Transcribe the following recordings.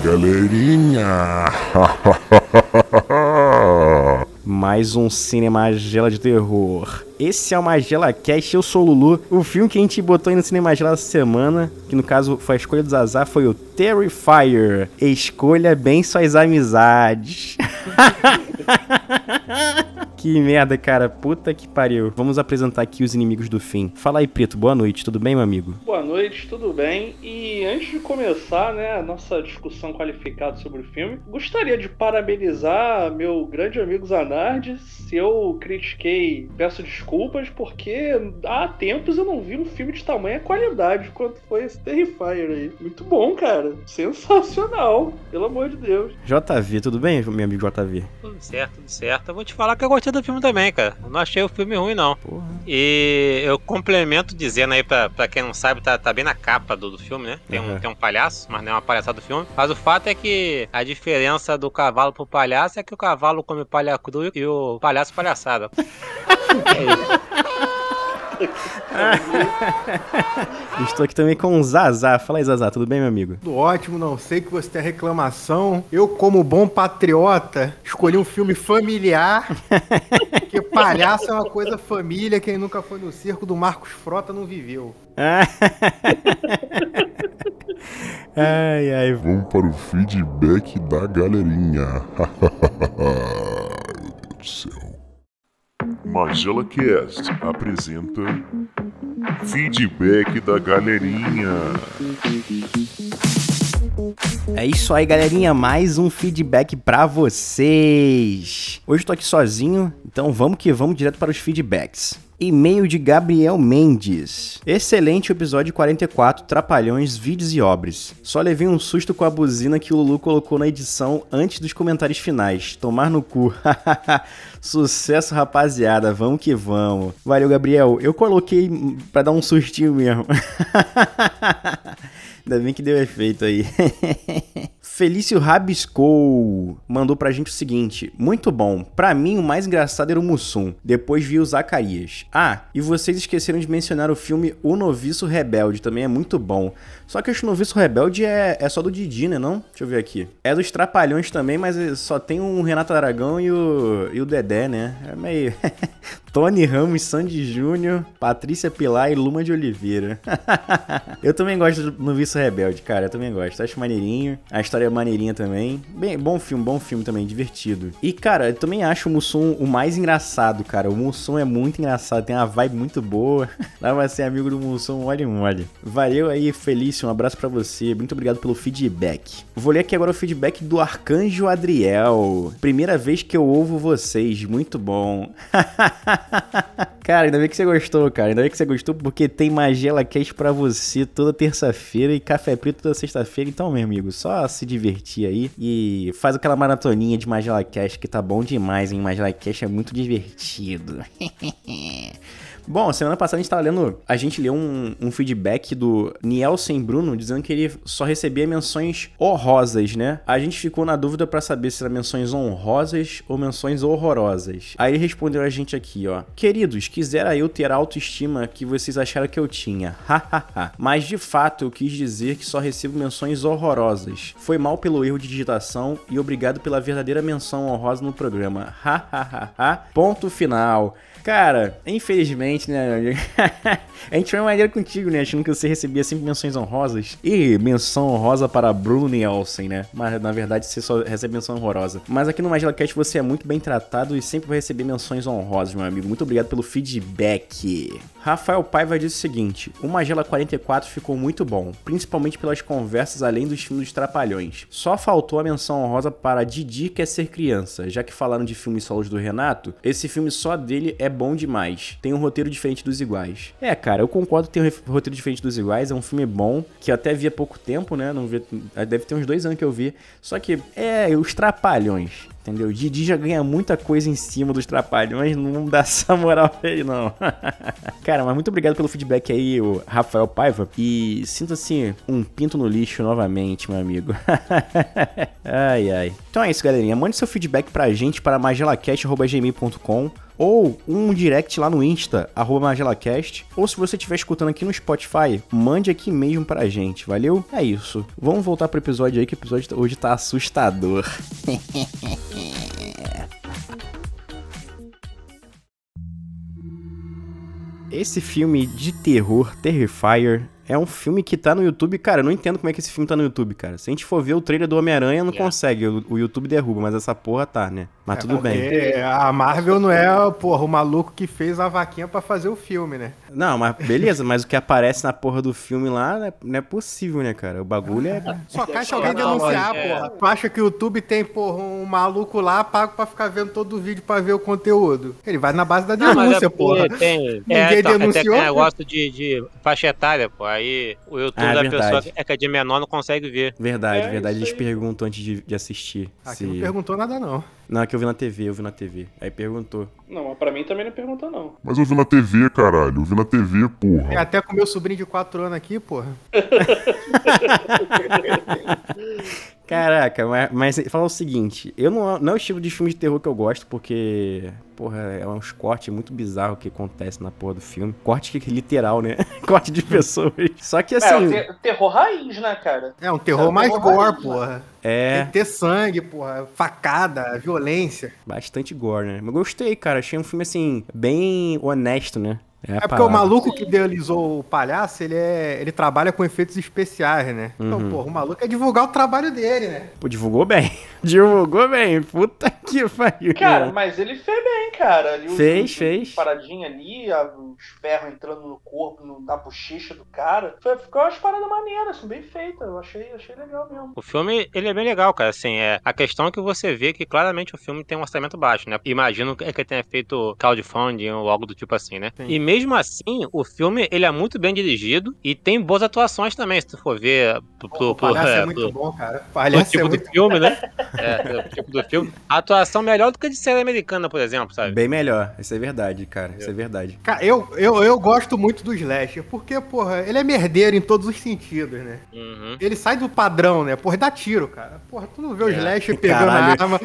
galerinha. Mais um Cinemagela de terror. Esse é o Magela Cast, eu sou o Lulu. O filme que a gente botou aí no Cinemagela essa semana, que no caso foi a escolha do Zazá, foi o Terrifier. Escolha bem suas amizades. Que merda, cara. Puta que pariu. Vamos apresentar aqui os inimigos do fim. Fala aí, Preto. Boa noite. Tudo bem, meu amigo? Boa noite, tudo bem? E antes de começar, né, a nossa discussão qualificada sobre o filme, gostaria de parabenizar meu grande amigo Zanardi. Se eu critiquei, peço desculpas, porque há tempos eu não vi um filme de tamanha qualidade quanto foi esse Terrifier aí. Muito bom, cara. Sensacional. Pelo amor de Deus. JV, tudo bem, meu amigo JV? Tudo certo, tudo certo. Eu vou te falar que eu gostei do filme também, cara. Eu não achei o filme ruim, não. Porra. E eu complemento dizendo aí, pra quem não sabe, tá bem na capa do filme, né? Tem um palhaço, mas não é uma palhaçada do filme. Mas o fato é que a diferença do cavalo pro palhaço é que o cavalo come palha cru e o palhaço palhaçada. É isso. Estou aqui também com o Zazá. Fala aí, Zazá, tudo bem, meu amigo? Tudo ótimo, não sei que você tem reclamação. Eu, como bom patriota, escolhi um filme familiar, porque palhaço é uma coisa família, quem nunca foi no circo do Marcos Frota não viveu. Ai. Vamos para o feedback da galerinha. Meu Deus do céu. Magela Cast apresenta feedback da galerinha. É isso aí, galerinha, mais um feedback pra vocês. Hoje eu tô aqui sozinho, então vamos que vamos direto para os feedbacks. E-mail de Gabriel Mendes. Excelente episódio 44, Trapalhões, Vídeos e Obras. Só levei um susto com a buzina que o Lulu colocou na edição antes dos comentários finais. Tomar no cu. Sucesso, rapaziada. Vamos que vamos. Valeu, Gabriel. Eu coloquei pra dar um sustinho mesmo. Ainda bem que deu efeito aí. Felício Rabiscou mandou pra gente o seguinte: muito bom, pra mim o mais engraçado era o Mussum, depois vi o Zacarias. Ah, e vocês esqueceram de mencionar o filme O Noviço Rebelde, também é muito bom. Só que o Noviço Rebelde é só do Didi, né não? Deixa eu ver aqui. É dos Trapalhões também, mas só tem o Renato Aragão e o Dedé, né? É meio... Tony Ramos, Sandy Júnior, Patrícia Pilar e Luma de Oliveira. Eu também gosto do Noviço Rebelde, cara, eu também gosto. Acho maneirinho, a história é maneirinha também. Bem, bom filme também, divertido. E, cara, eu também acho o Mussum o mais engraçado, cara. O Mussum é muito engraçado, tem uma vibe muito boa. Lá vai ser amigo do Mussum, mole. Valeu aí, Felício, um abraço pra você. Muito obrigado pelo feedback. Vou ler aqui agora o feedback do Arcanjo Adriel. Primeira vez que eu ouvo vocês, muito bom. Cara, ainda bem que você gostou, cara. Ainda bem que você gostou, porque tem Magela Cast pra você toda terça-feira e Café Preto toda sexta-feira. Então, meu amigo, só se divertir aí e faz aquela maratoninha de Magela Cast que tá bom demais, hein? Magela Cast é muito divertido. Bom, semana passada a gente leu um feedback do Nielsen Bruno dizendo que ele só recebia menções honrosas, né? A gente ficou na dúvida pra saber se eram menções honrosas ou menções horrorosas. Aí ele respondeu a gente aqui, ó: queridos, quisera eu ter a autoestima que vocês acharam que eu tinha. Hahaha. Mas de fato eu quis dizer que só recebo menções horrorosas. Foi mal pelo erro de digitação e obrigado pela verdadeira menção honrosa no programa. Hahaha. Ponto final. Cara, infelizmente, né? A gente foi maneiro contigo, né? Achando que você recebia sempre menções honrosas. E menção honrosa para Bruno Nielsen, né? Mas na verdade você só recebe menção honrosa. Mas aqui no MagelaCast você é muito bem tratado e sempre vai receber menções honrosas, meu amigo. Muito obrigado pelo feedback. Rafael Paiva disse o seguinte: o Magela 44 ficou muito bom, principalmente pelas conversas além dos filmes dos Trapalhões. Só faltou a menção honrosa para Didi Quer Ser Criança. Já que falaram de filmes solos do Renato, esse filme só dele é bom demais. Tem um roteiro diferente dos iguais. É, cara, eu concordo que tem um roteiro diferente dos iguais. É um filme bom, que eu até vi há pouco tempo, né? Não vi, deve ter uns 2 anos que eu vi. Só que, os Trapalhões, entendeu? O Didi já ganha muita coisa em cima dos Trapalhões, não dá essa moral pra ele, não. Cara, mas muito obrigado pelo feedback aí, o Rafael Paiva. E sinta-se um pinto no lixo novamente, meu amigo. Ai. Então é isso, galerinha. Mande seu feedback pra gente para magelacast@gmail.com ou um direct lá no Insta, @MagelaCast, ou se você estiver escutando aqui no Spotify, mande aqui mesmo pra gente, valeu? É isso. Vamos voltar pro episódio aí, que o episódio hoje tá assustador. Esse filme de terror, Terrifier, é um filme que tá no YouTube. Cara, eu não entendo como é que esse filme tá no YouTube, cara. Se a gente for ver o trailer do Homem-Aranha, não consegue. O YouTube derruba, mas essa porra tá, né? Mas tudo bem. A Marvel não é, porra, o maluco que fez a vaquinha pra fazer o filme, né? Não, mas beleza, mas o que aparece na porra do filme lá não é possível, né, cara? O bagulho é... Só caixa alguém denunciar, porra. Tu acha que o YouTube tem, porra, um maluco lá pago pra ficar vendo todo o vídeo pra ver o conteúdo? Ele vai na base da denúncia, porra. Ninguém denunciou. Tem negócio de faixa etária, pô. Aí o YouTube da pessoa que é de menor não consegue ver. Verdade. Eles perguntam antes de assistir. Aqui não perguntou nada, não. Não, é que eu vi na TV. Aí perguntou. Não, mas pra mim também não perguntou, não. Mas eu vi na TV, caralho. Eu vi na TV, porra. É até com meu sobrinho de 4 anos aqui, porra. Caraca, mas fala o seguinte, não é o estilo de filme de terror que eu gosto, porque, porra, é uns cortes muito bizarros que acontecem na porra do filme. Corte que literal, né? Corte de pessoas. Só que assim... É, terror raiz, né, cara? É um terror mais gore, porra. É. Tem que ter sangue, porra, facada, violência. Bastante gore, né? Mas gostei, cara. Achei um filme, assim, bem honesto, né? É porque o maluco que idealizou o palhaço, ele trabalha com efeitos especiais, né? Então, porra, o maluco é divulgar o trabalho dele, né? Pô, divulgou bem. Puta que pariu. Cara, mas ele fez bem, cara. Ali fez. Paradinha ali, os ferros entrando no corpo, na bochecha do cara. Ficou umas paradas maneiras, assim, bem feitas. Eu achei legal mesmo. O filme, ele é bem legal, cara. Assim, a questão é que você vê que claramente o filme tem um orçamento baixo, né? Imagino que ele tenha feito crowdfunding ou algo do tipo assim, né? Sim. E mesmo assim, o filme, ele é muito bem dirigido e tem boas atuações também, se tu for ver o palhaço é muito bom, cara. O palhaço tipo do filme, né? O tipo do filme. A atuação melhor do que a de série americana, por exemplo, sabe? Bem melhor. Isso é verdade, cara. Isso é verdade. Cara, eu gosto muito do Slasher, porque, porra, ele é merdeiro em todos os sentidos, né? Uhum. Ele sai do padrão, né? Porra, dá tiro, cara. Porra, tu não vê o Slasher pegando a arma.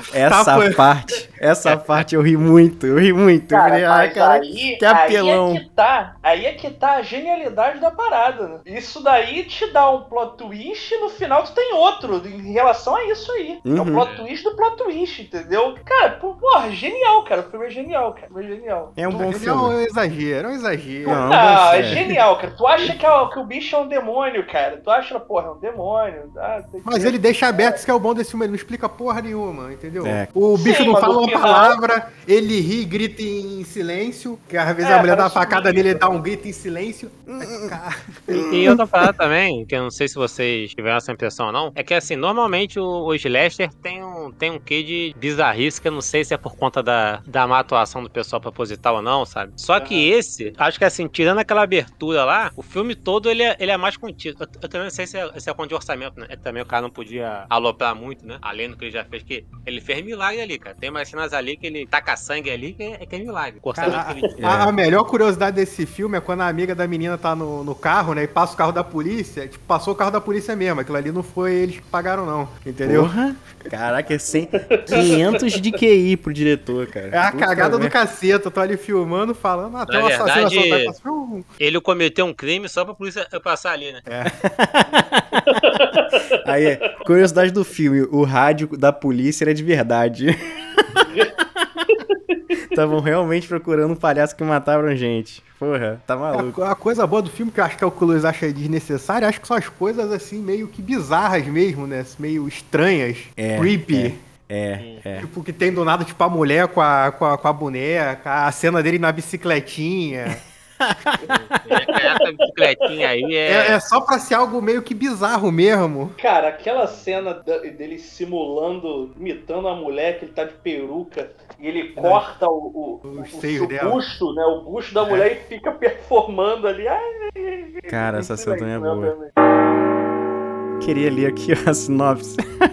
Essa parte eu ri muito. Cara, cara, que apelão. Aí é que tá a genialidade da parada, né? Isso daí te dá um plot twist e no final tu tem outro em relação a isso aí. É o plot twist do plot twist, entendeu? Cara, porra, genial, cara. O filme é genial, cara. É um bom filme. É um exagero. Não, é genial, cara. Tu acha que o bicho é um demônio, cara. Tu acha, porra, é um demônio. Mas ele deixa aberto, isso que é o bom desse filme. Ele não explica porra nenhuma, entendeu? É. O bicho não fala uma palavra, ele ri e grita em silêncio, que às vezes a mulher dá uma facada nele, ele dá um grito em silêncio. E outra parada também, que eu não sei se vocês tiveram essa impressão ou não, é que assim, normalmente o slasher tem um quê de bizarrice, que eu não sei se é por conta da má atuação do pessoal proposital ou não, sabe? Só que esse, acho que assim, tirando aquela abertura lá, o filme todo ele é mais contido. Eu também não sei se é conta de orçamento, né? Também o cara não podia aloprar muito, né? Além do que ele já fez, que ele fez milagre ali, cara. Tem umas cenas ali que ele taca sangue ali, que é milagre. Cara, a melhor curiosidade desse filme é quando a amiga da menina tá no carro, né? E passa o carro da polícia. Tipo, passou o carro da polícia mesmo. Aquilo ali não foi eles que pagaram, não. Entendeu? Porra. Caraca, é 500 de QI pro diretor, cara. É a cagada do cacete. Eu tô ali filmando, falando, tem um assassino. Ele cometeu um crime só pra polícia passar ali, né? Aí, curiosidade do filme, o rádio da polícia era de verdade. Estavam realmente procurando um palhaço que matavam gente. Porra, tá maluco. A coisa boa do filme, que eu acho que é o que o Luiz acha desnecessário, acho que são as coisas assim, meio que bizarras mesmo, né? Meio estranhas, creepy. Tipo, que tem do nada, tipo, a mulher com a boneca, a cena dele na bicicletinha. Essa bicicletinha aí é só pra ser algo meio que bizarro mesmo. Cara, aquela cena dele simulando, imitando a mulher, que ele tá de peruca, e ele corta o busto, né? O busto da mulher e fica performando ali. Cara, essa cena é boa. Queria ler aqui a sinopse.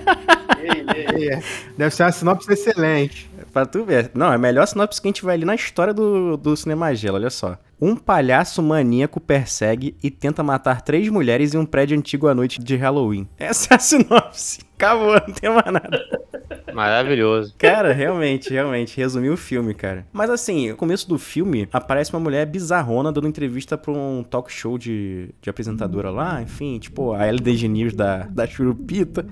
Deve ser uma sinopse excelente. Pra tu ver. Não, é a melhor sinopse que a gente vai ler na história do Cinemagela, olha só. Um palhaço maníaco persegue e tenta matar 3 mulheres em um prédio antigo à noite de Halloween. Essa é a sinopse. Acabou, não tem mais nada. Maravilhoso. Cara, realmente, resumiu o filme, cara. Mas assim, no começo do filme, aparece uma mulher bizarrona dando entrevista pra um talk show de apresentadora lá, enfim, tipo, a Ellen DeGeneres da Churupita.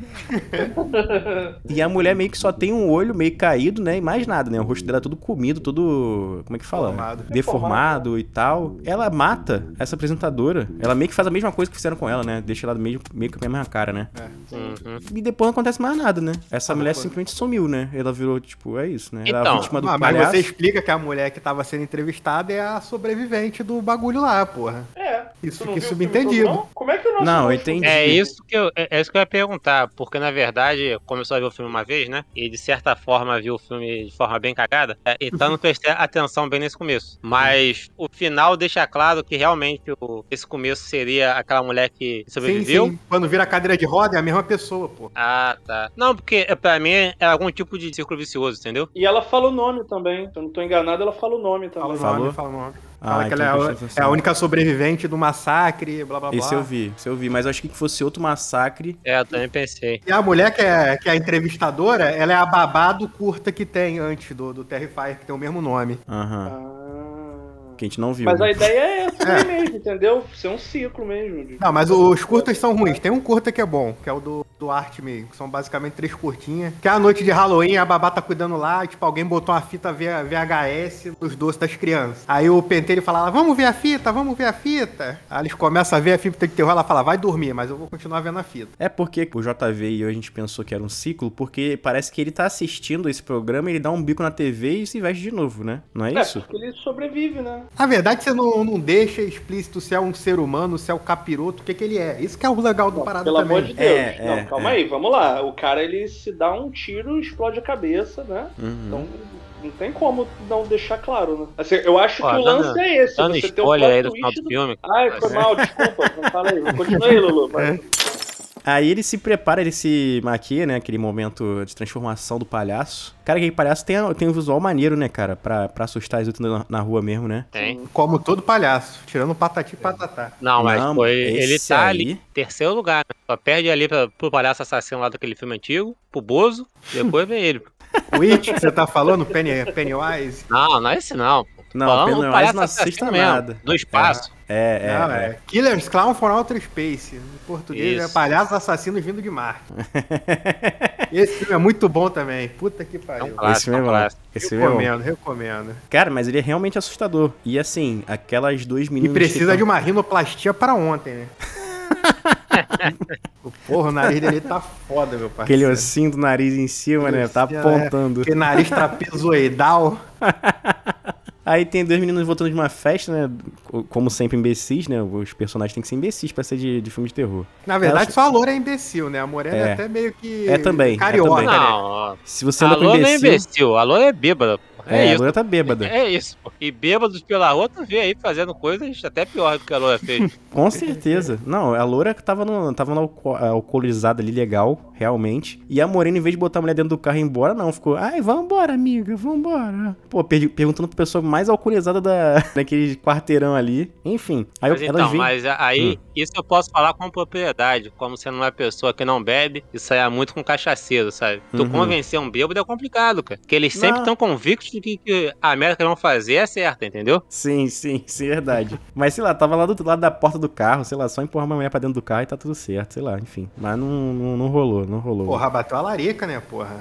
E a mulher meio que só tem um olho meio caído, né, e mais nada, né, o rosto dela é todo comido, todo, como é que fala? Deformado e tal. Ela mata essa apresentadora, ela meio que faz a mesma coisa que fizeram com ela, né, deixa ela meio com a mesma cara, né. E depois não acontece mais nada, né, essa mulher simplesmente sumiu, né, ela virou, tipo, é isso, né, ela é a vítima do palhaço. Mas você explica que a mulher que tava sendo entrevistada é a sobrevivente do bagulho lá, porra. Isso que subentendido. Como é que o nosso... Não, eu entendi. É isso que eu ia perguntar, porque na verdade, começou a ver o filme uma vez, né? E de certa forma viu o filme de forma bem cagada, então não prestei atenção bem nesse começo. Mas o final deixa claro que realmente esse começo seria aquela mulher que sobreviveu. Sim. Quando vira a cadeira de roda é a mesma pessoa, pô. Ah, tá. Não, porque pra mim é algum tipo de círculo vicioso, entendeu? E ela fala o nome também. Se eu não tô enganado, ela fala o nome também. Fala o nome. Fala que ela é a única sobrevivente do massacre, blá blá blá. Esse eu vi, mas eu achei que fosse outro massacre. Eu também pensei. E a mulher que é a entrevistadora, ela é a babá do curta que tem antes do Terrifier, que tem o mesmo nome. Que a gente não viu. Mas a ideia é essa aí mesmo, entendeu? Ser um ciclo mesmo. Não, mas os curtas são ruins. Tem um curta que é bom, que é o do Arte mesmo, que são basicamente 3 curtinhas. Que é a noite de Halloween, a babá tá cuidando lá, tipo, alguém botou uma fita VHS dos doces das crianças. Aí o pentelho fala, vamos ver a fita. Aí eles começam a ver a fita de terror, ela fala, vai dormir, mas eu vou continuar vendo a fita. É porque o JV e eu, a gente pensou que era um ciclo, porque parece que ele tá assistindo esse programa, ele dá um bico na TV e se veste de novo, né? Não é isso? É, porque ele sobrevive, né? Na verdade, você não deixa explícito se é um ser humano, se é o capiroto, o que ele é. Isso que é o legal do parada pelo também. Pelo amor de Deus. Não, calma aí, vamos lá. O cara, ele se dá um tiro, explode a cabeça, né? Então, não tem como não deixar claro, né? Assim, eu acho que o lance é esse. Dando spoiler aí do final do filme. Ai, foi mal, desculpa. Não fala aí. Continua aí, Lulu. Aí ele se prepara, ele se maquia, né? Aquele momento de transformação do palhaço. Cara, aquele palhaço tem um visual maneiro, né, cara? Pra assustar as outras na rua mesmo, né? Tem. Como todo palhaço, tirando o Patati e Patatá. Não, mas ele tá ali, terceiro lugar, né? Só perde ali pro palhaço assassino lá daquele filme antigo, pro Bozo, depois vem ele. O It, que você tá falando? Pennywise? Não é esse não. Não, Pennywise não assusta nada. Do espaço. Killers Clown for Outer Space. Em português é Palhaços Assassinos Vindo de Marte. Esse filme é muito bom também. Puta que pariu. Esse filme é bom. Recomendo. Cara, mas ele é realmente assustador. E assim, aquelas 2 meninas... E precisa de uma rinoplastia para ontem, né? Porra, o nariz dele tá foda, meu parceiro. Aquele ossinho do nariz em cima, né? Tá apontando. Aquele nariz trapezoidal. Aí tem 2 meninos voltando de uma festa, né? Como sempre, imbecis, né? Os personagens têm que ser imbecis pra ser de filme de terror. Na verdade, só a Loura é imbecil, né? A Morena é até meio que... também. Carioca, também. Não, se você anda com imbecil... não é imbecil, a Loura é bêbada. A Loura tá bêbada. É isso. E bêbados pela rua, tu vê aí fazendo coisas até pior do que a Loura fez. Com certeza. Não, a Loura tava alcoolizada ali, legal, realmente. E a Morena, em vez de botar a mulher dentro do carro e ir embora, não. Ficou, ai, vambora, amiga, vambora. Pô, perguntando pra pessoa mais alcoolizada daquele quarteirão ali. Enfim. Aí mas aí, isso eu posso falar com propriedade. Como você não é uma pessoa que não bebe e saia muito com cachaceiro, sabe? Tu convencer um bêbado é complicado, cara. Porque eles sempre estão convictos de que a merda que vão fazer é certa, entendeu? Sim, verdade. Mas sei lá, tava lá do outro lado da porta do carro, sei lá, só empurrar uma mulher pra dentro do carro e tá tudo certo, sei lá, enfim. Mas não rolou. Porra, bateu a larica, né, porra?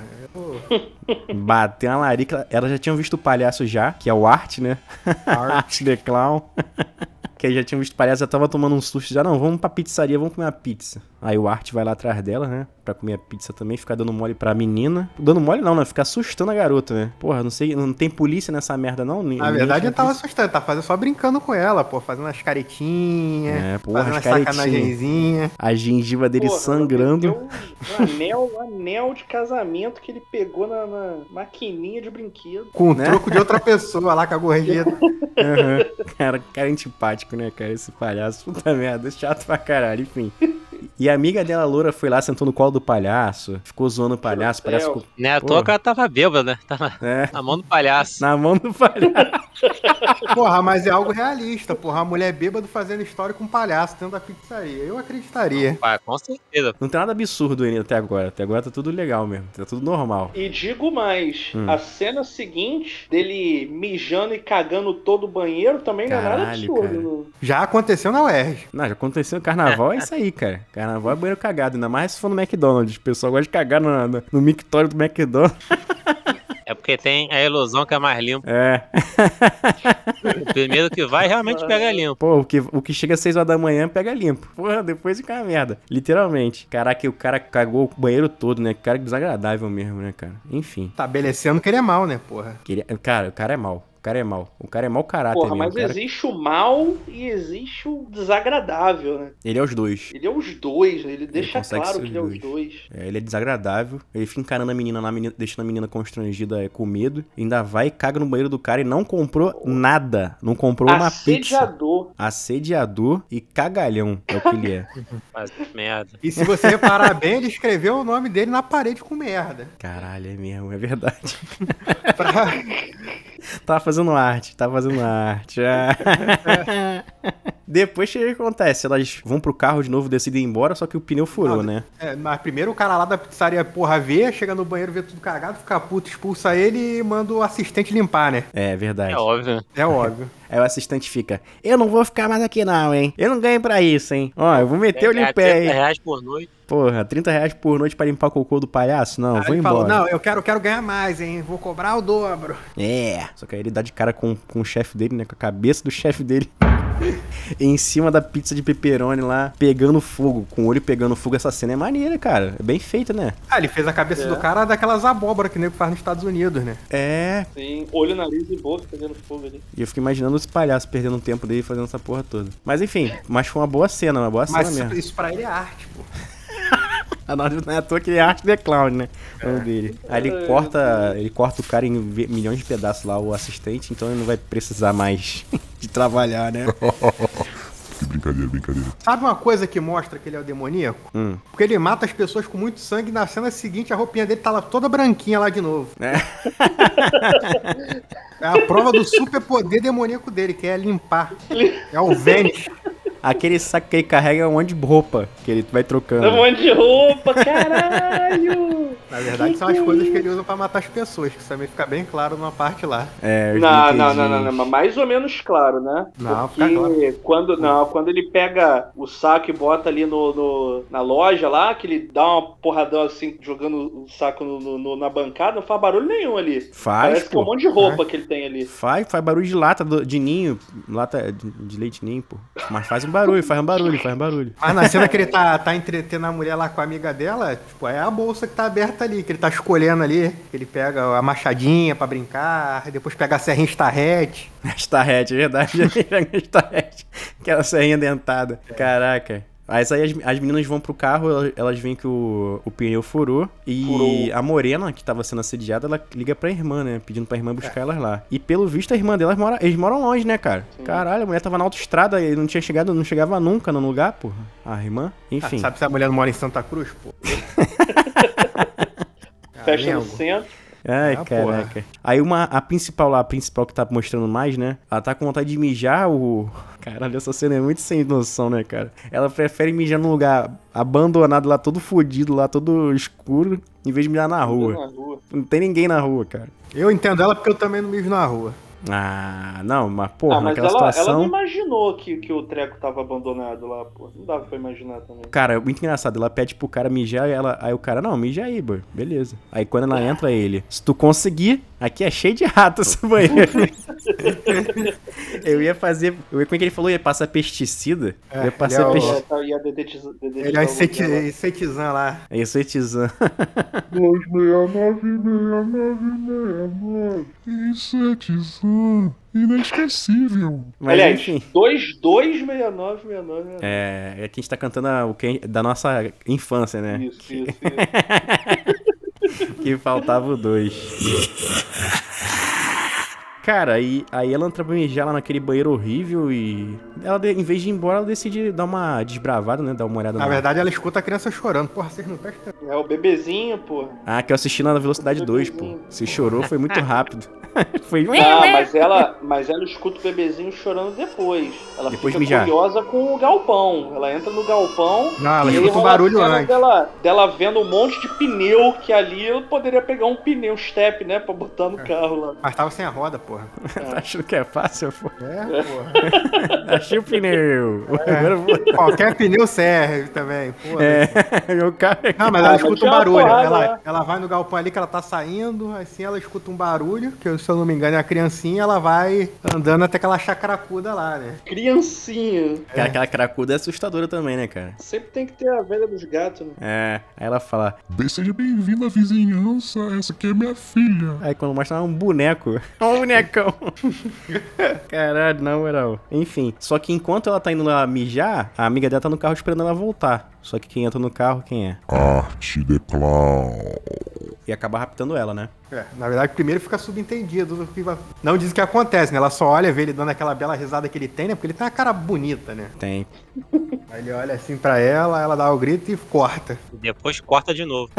Bateu uma larica, elas já tinham visto o palhaço já, que é o Art, né? Art the Clown. Que aí já tinham visto o palhaço, já tava tomando um susto, já não, vamos pra pizzaria, vamos comer uma pizza. Aí o Art vai lá atrás dela, né, pra comer a pizza também, ficar dando mole pra menina. Dando mole não, né, ficar assustando a garota, né. Porra, não sei, não tem polícia nessa merda não? Na verdade ele tava assustando, tá só brincando com ela, pô, fazendo umas caretinhas, fazendo umas sacanagenzinhas. A gengiva dele sangrando. Um anel de casamento que ele pegou na maquininha de brinquedo. Com o troco de outra pessoa lá com a gorjeta. Cara antipático, né, cara, esse palhaço, puta merda, chato pra caralho, enfim. E a amiga dela, Loura, foi lá, sentou no colo do palhaço, ficou zoando o palhaço, o palhaço ficou... Né, à toa que ela tava bêbada, né, tava na mão do palhaço. Na mão do palhaço. Porra, mas é algo realista, porra. A mulher bêbada fazendo história com um palhaço dentro da pizzaria. Eu acreditaria. Ah, com certeza. Não tem nada absurdo ainda até agora. Até agora tá tudo legal mesmo. Tá tudo normal. E digo mais, a cena seguinte dele mijando e cagando todo o banheiro também não é nada Caralho, absurdo. cara. Não. Já aconteceu na UERJ. Não, já aconteceu no carnaval, é isso aí, cara. Carnaval é banheiro cagado, ainda mais se for no McDonald's. O pessoal gosta de cagar no mictório do McDonald's. É porque tem a ilusão que é mais limpo. É. O primeiro que vai realmente pega limpo. Pô, o que chega às 6 horas da manhã pega limpo. Porra, depois fica uma merda. Literalmente. Caraca, o cara cagou o banheiro todo, né? Cara desagradável mesmo, né, cara? Enfim. Estabelecendo que ele é mal, né, porra? Cara, o cara é mau. O cara é mau. O cara é mau caráter Porra, mesmo. mas Cara... existe o mal e existe o desagradável, né? Ele é os dois. Ele é os dois, né? Ele deixa consegue claro ser que ele é os os dois. É, ele é desagradável. Ele fica encarando a menina lá, deixando a menina constrangida com medo. Ainda vai e caga no banheiro do cara e não comprou nada. Não comprou uma pizza. Assediador. Assediador e cagalhão. É o que ele é. Mas merda. E se você reparar bem, ele escreveu o nome dele na parede com merda. Caralho, é mesmo. É verdade. Pra- Tava fazendo arte. Depois o que acontece? Elas vão pro carro de novo, decidem ir embora, só que o pneu furou, né? É, mas primeiro o cara lá da pizzaria, porra, vê, chega no banheiro, vê tudo cagado, fica puto, expulsa ele e manda o assistente limpar, né? É verdade. É óbvio. É óbvio. Aí o assistente fica: eu não vou ficar mais aqui não, hein? Eu não ganho pra isso, hein? Ó, eu vou meter o Ganhar limpé, 30 hein? reais por noite. Porra, R$30 por noite pra limpar o cocô do palhaço? Não, Aí vou ele embora. falou, não, eu quero ganhar mais, hein? Vou cobrar o dobro. É. Só que aí ele dá de cara com o chefe dele, né? Com a cabeça do chefe dele. Em cima da pizza de pepperoni lá, pegando fogo. Com o olho pegando fogo. Essa cena é maneira, cara. É bem feita, né? Ah, ele fez a cabeça do cara daquelas abóboras que o nego faz nos Estados Unidos, né? É. Sim, olho, nariz e boca pegando fogo ali. E eu fico imaginando os palhaços perdendo o tempo dele fazendo essa porra toda. Mas enfim, mas foi uma boa cena Mas mesmo. isso pra ele é arte, pô. A não é à toa que ele é Art the Clown, né? O nome dele. Aí ele corta o cara em milhões de pedaços lá, o assistente, então ele não vai precisar mais de trabalhar, né? Que brincadeira. Sabe uma coisa que mostra que ele é o demoníaco? Porque ele mata as pessoas com muito sangue e na cena seguinte a roupinha dele tá lá toda branquinha lá de novo. É. É a prova do superpoder demoníaco dele, que é limpar. É o Vênus. Aquele saco que ele carrega é um monte de roupa que ele vai trocando. Um monte de roupa, caralho! Na verdade, são as coisas que ele usa pra matar as pessoas, que isso também fica bem claro numa parte lá. É, os Não, brinquedinhos. mais ou menos claro, né? Não, Porque fica claro. quando ele pega o saco e bota ali na loja lá, que ele dá uma porradão assim, jogando o saco na bancada, não faz barulho nenhum ali. Faz, Parece que é um pô. monte de roupa que ele tem ali. Faz barulho de lata de ninho, lata de leite ninho, pô. Mas faz um barulho. Mas na cena que ele tá entretendo a mulher lá com a amiga dela, tipo, é a bolsa que tá aberta ali, que ele tá escolhendo ali. Que ele pega a machadinha pra brincar, depois pega a serrinha estarrete. Estarrete, é verdade. Estarrete. Aquela serrinha dentada. Caraca. Aí as meninas vão pro carro, elas veem que o pneu furou. E a Morena, que tava sendo assediada, ela liga pra irmã, né? Pedindo pra irmã buscar elas lá. E pelo visto, a irmã delas eles moram longe, né, cara? Sim. Caralho, a mulher tava na autoestrada e não chegava nunca no lugar, porra. A irmã, enfim. Sabe se a mulher não mora em Santa Cruz, pô? Fecha no centro. Ai, caraca. Porra. Aí a principal que tá mostrando mais, né? Ela tá com vontade de mijar Caralho, essa cena é muito sem noção, né, cara? Ela prefere mijar num lugar abandonado lá, todo fodido, lá, todo escuro, em vez de mijar na rua. Não tem ninguém na rua, cara. Eu entendo ela porque eu também não mijo na rua. Ah, não, mas porra, mas naquela situação... ela não imaginou que o treco tava abandonado lá, pô. Não dava pra imaginar também. Cara, muito engraçado, ela pede pro cara mijar aí o cara, não, mija aí, boy, beleza. Aí quando ela entra, ele, se tu conseguir, aqui é cheio de rato esse banheiro. Eu ia fazer, como é que ele falou, ia passar pesticida? É, ia passar pesticida. Ele é insetizan lá. É insetizan. 2696969 insetizan. Inesquecível. Mas aliás, enfim. 226969. É que a gente tá cantando da nossa infância, né? Isso. Que faltava o 2. Cara, aí ela entra pra mijar lá naquele banheiro horrível e... Ela, em vez de ir embora, ela decide dar uma desbravada, né? Dar uma olhada na verdade, ela escuta a criança chorando. Porra, vocês não prestam. É o bebezinho, pô. Ah, que eu assisti na velocidade 2, pô. Se chorou, foi muito rápido. Foi... Mas ela escuta o bebezinho chorando depois. Ela Depois fica mijar. curiosa com o galpão. Ela entra no galpão. Não, ela e aí escuta um rola a barulho cena antes. dela vendo um monte de pneu que ali eu poderia pegar um pneu step, né? Pra botar no carro lá. Mas tava sem a roda, porra. Tá achando que é fácil, pô? É, porra. Achei o pneu. Agora eu vou... Qualquer pneu serve também, porra. Meu carro... Não, mas ela escuta um tinha uma barulho. porrada, Ela vai no galpão ali que ela tá saindo, assim ela escuta um barulho, que se eu não me engano é a criancinha, ela vai andando até aquela chacracuda lá, né? Criancinha. Cara, aquela cracuda é assustadora também, né, cara? Sempre tem que ter a velha dos gatos, né? É, aí ela fala... Seja bem-vindo à vizinhança, essa aqui é minha filha. Aí quando mostra um boneco. Um bonecão. Caralho, na moral. Enfim, só que enquanto ela tá indo lá mijar, a amiga dela tá no carro esperando ela voltar. Só que quem entra no carro, quem é? Arte de clown. E acaba raptando ela, né? É, na verdade, primeiro fica subentendido do que não diz o que acontece, né? Ela só olha, vê ele dando aquela bela risada que ele tem, né? Porque ele tem uma cara bonita, né? Tem. Aí ele olha assim pra ela dá o grito e corta. E depois corta de novo.